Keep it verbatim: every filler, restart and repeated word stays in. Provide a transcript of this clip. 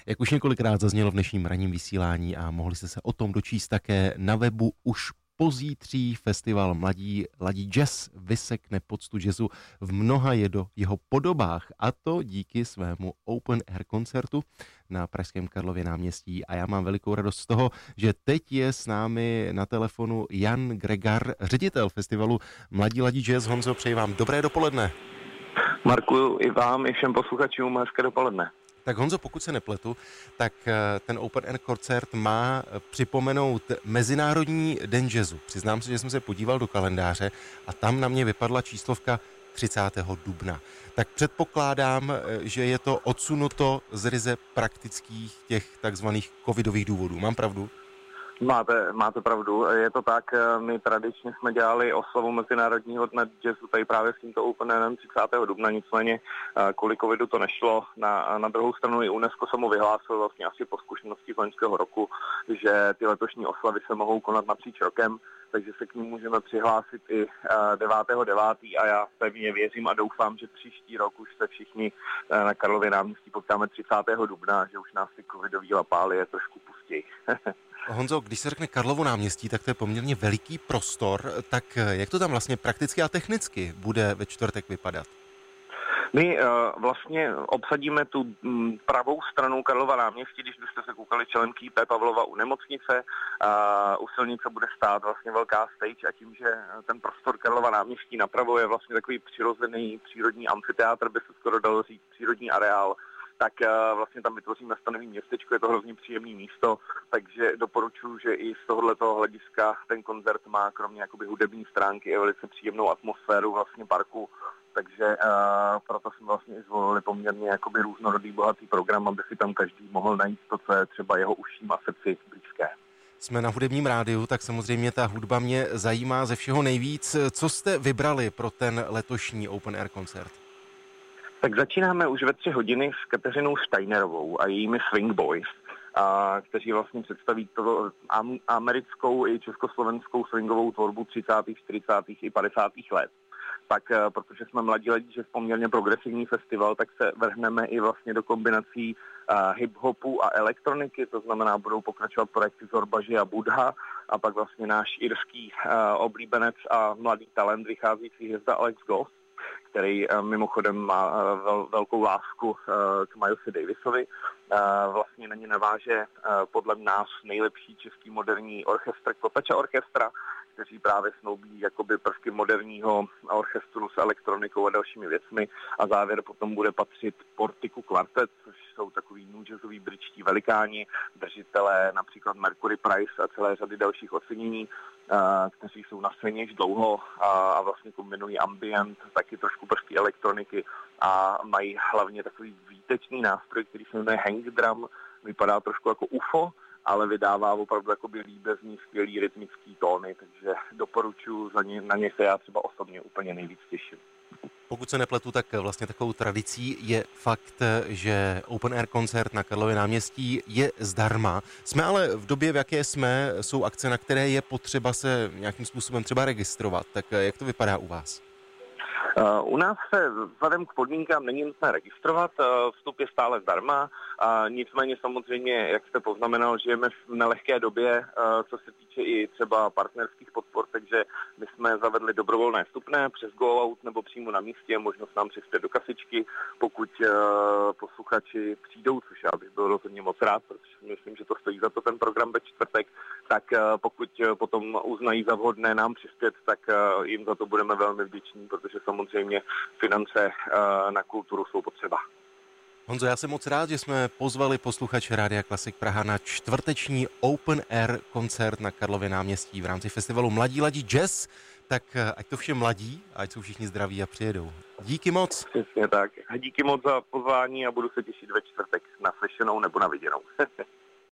Jak už několikrát zaznělo v dnešním ranním vysílání a mohli jste se o tom dočíst také na webu, už pozítří festival Mladí ladí jazz vysekne poctu jazzu v mnoha jeho, jeho podobách, a to díky svému open air koncertu na pražském Karlově náměstí. A já mám velikou radost z toho, že teď je s námi na telefonu Jan Gregar, ředitel festivalu Mladí ladí jazz. Honzo, přeji vám dobré dopoledne. Marku, i vám, i všem posluchačům hezké dopoledne. Tak Honzo, pokud se nepletu, tak ten Open Air koncert má připomenout Mezinárodní den jazzu. Přiznám se, že jsem se podíval do kalendáře a tam na mě vypadla číslovka třicátého dubna. Tak předpokládám, že je to odsunuto z ryze praktických těch takzvaných covidových důvodů. Mám pravdu? Máte, máte pravdu, je to tak, my tradičně jsme dělali oslavu Mezinárodního dne jazzu tady právě s tímto Open Airem třicátého dubna, nicméně kvůli covidu to nešlo. Na, na druhou stranu i UNESCO se mu vyhlásil vlastně asi po zkušenosti z loňského roku, že ty letošní oslavy se mohou konat napříč rokem, takže se k ním můžeme přihlásit i devátého devátého a já pevně věřím a doufám, že příští rok už se všichni na Karlově náměstí potkáme třicátého dubna, že už nás ty covidový lapály je trošku pustí. Honzo, když se řekne Karlovo náměstí, tak to je poměrně veliký prostor, tak jak to tam vlastně prakticky a technicky bude ve čtvrtek vypadat? My uh, vlastně obsadíme tu m, pravou stranu Karlova náměstí, když byste se koukali čelem Kýpe Pavlova u nemocnice. Uh, u silnice bude stát vlastně velká stage a tím, že ten prostor Karlova náměstí napravo je vlastně takový přirozený přírodní amfiteátr, by se skoro dalo říct, přírodní areál, tak uh, vlastně tam vytvoříme stanový městečko, je to hrozně příjemné místo, takže doporučuji, že i z tohoto hlediska ten koncert má kromě jakoby hudební stránky i velice příjemnou atmosféru vlastně parku, takže uh, proto jsme vlastně zvolili poměrně jakoby různorodý, bohatý program, aby si tam každý mohl najít to, co je třeba jeho uším a srdci blízké. Jsme na hudebním rádiu, tak samozřejmě ta hudba mě zajímá ze všeho nejvíc. Co jste vybrali pro ten letošní Open Air koncert? Tak začínáme už ve tři hodiny s Kateřinou Steinerovou a jejími Swing Boys, a, kteří vlastně představí to am, americkou i československou swingovou tvorbu třicátých, čtyřicátých i padesátých let. Tak protože jsme Mladí ladí jazz poměrně progresivní festival, tak se vrhneme i vlastně do kombinací uh, hip-hopu a elektroniky, to znamená, budou pokračovat projekty Zorbaži a Budha a pak vlastně náš irský uh, oblíbenec a mladý talent vycházející hvězda Alex Goss, který uh, mimochodem má uh, vel, velkou lásku uh, k Milesu Davisovi. Uh, vlastně na ně naváže uh, podle nás nejlepší český moderní orchestr Kotača orchestra, kteří právě snoubí jakoby prvky moderního orchestru s elektronikou a dalšími věcmi. A závěr potom bude patřit Portiku Quartet, což jsou takový new jazzoví britští velikáni, držitelé například Mercury Prize a celé řady dalších ocenění, kteří jsou na scéně již dlouho a vlastně kombinují ambient, taky trošku prvky elektroniky a mají hlavně takový výtečný nástroj, který se jmenuje Hang Drum, vypadá trošku jako U F O, ale vydává opravdu jakoby líbezný, skvělý rytmický tóny, takže doporučuji, za ně, na ně se já třeba osobně úplně nejvíc těším. Pokud se nepletu, tak vlastně takovou tradicí je fakt, že Open Air koncert na Karlově náměstí je zdarma. Jsme ale v době, v jaké jsme, jsou akce, na které je potřeba se nějakým způsobem třeba registrovat. Tak jak to vypadá u vás? Uh, u nás se vzhledem k podmínkám není nutné registrovat, uh, vstup je stále zdarma, uh, nicméně samozřejmě, jak jste poznamenal, žijeme v nelehké době, uh, co se týče i třeba partnerských podpor, takže my jsme zavedli dobrovolné vstupné přes Go Out nebo přímo na místě, možnost nám přispět do kasičky, pokud uh, posluchači přijdou, což já bych byl rozhodně moc rád, protože myslím, že to stojí za to ten program ve čtvrtek, tak uh, pokud uh, potom uznají za vhodné nám přispět, tak uh, jim za to budeme velmi vděční, protože samozřejmě finance uh, na kulturu jsou potřeba. Honzo, já jsem moc rád, že jsme pozvali posluchače Rádia Klasik Praha na čtvrteční Open Air koncert na Karlově náměstí v rámci festivalu Mladí ladí jazz. Tak ať to všem mladí, ať jsou všichni zdraví a přijedou. Díky moc. Přesně tak. Díky moc za pozvání a budu se těšit ve čtvrtek na slyšenou nebo na viděnou.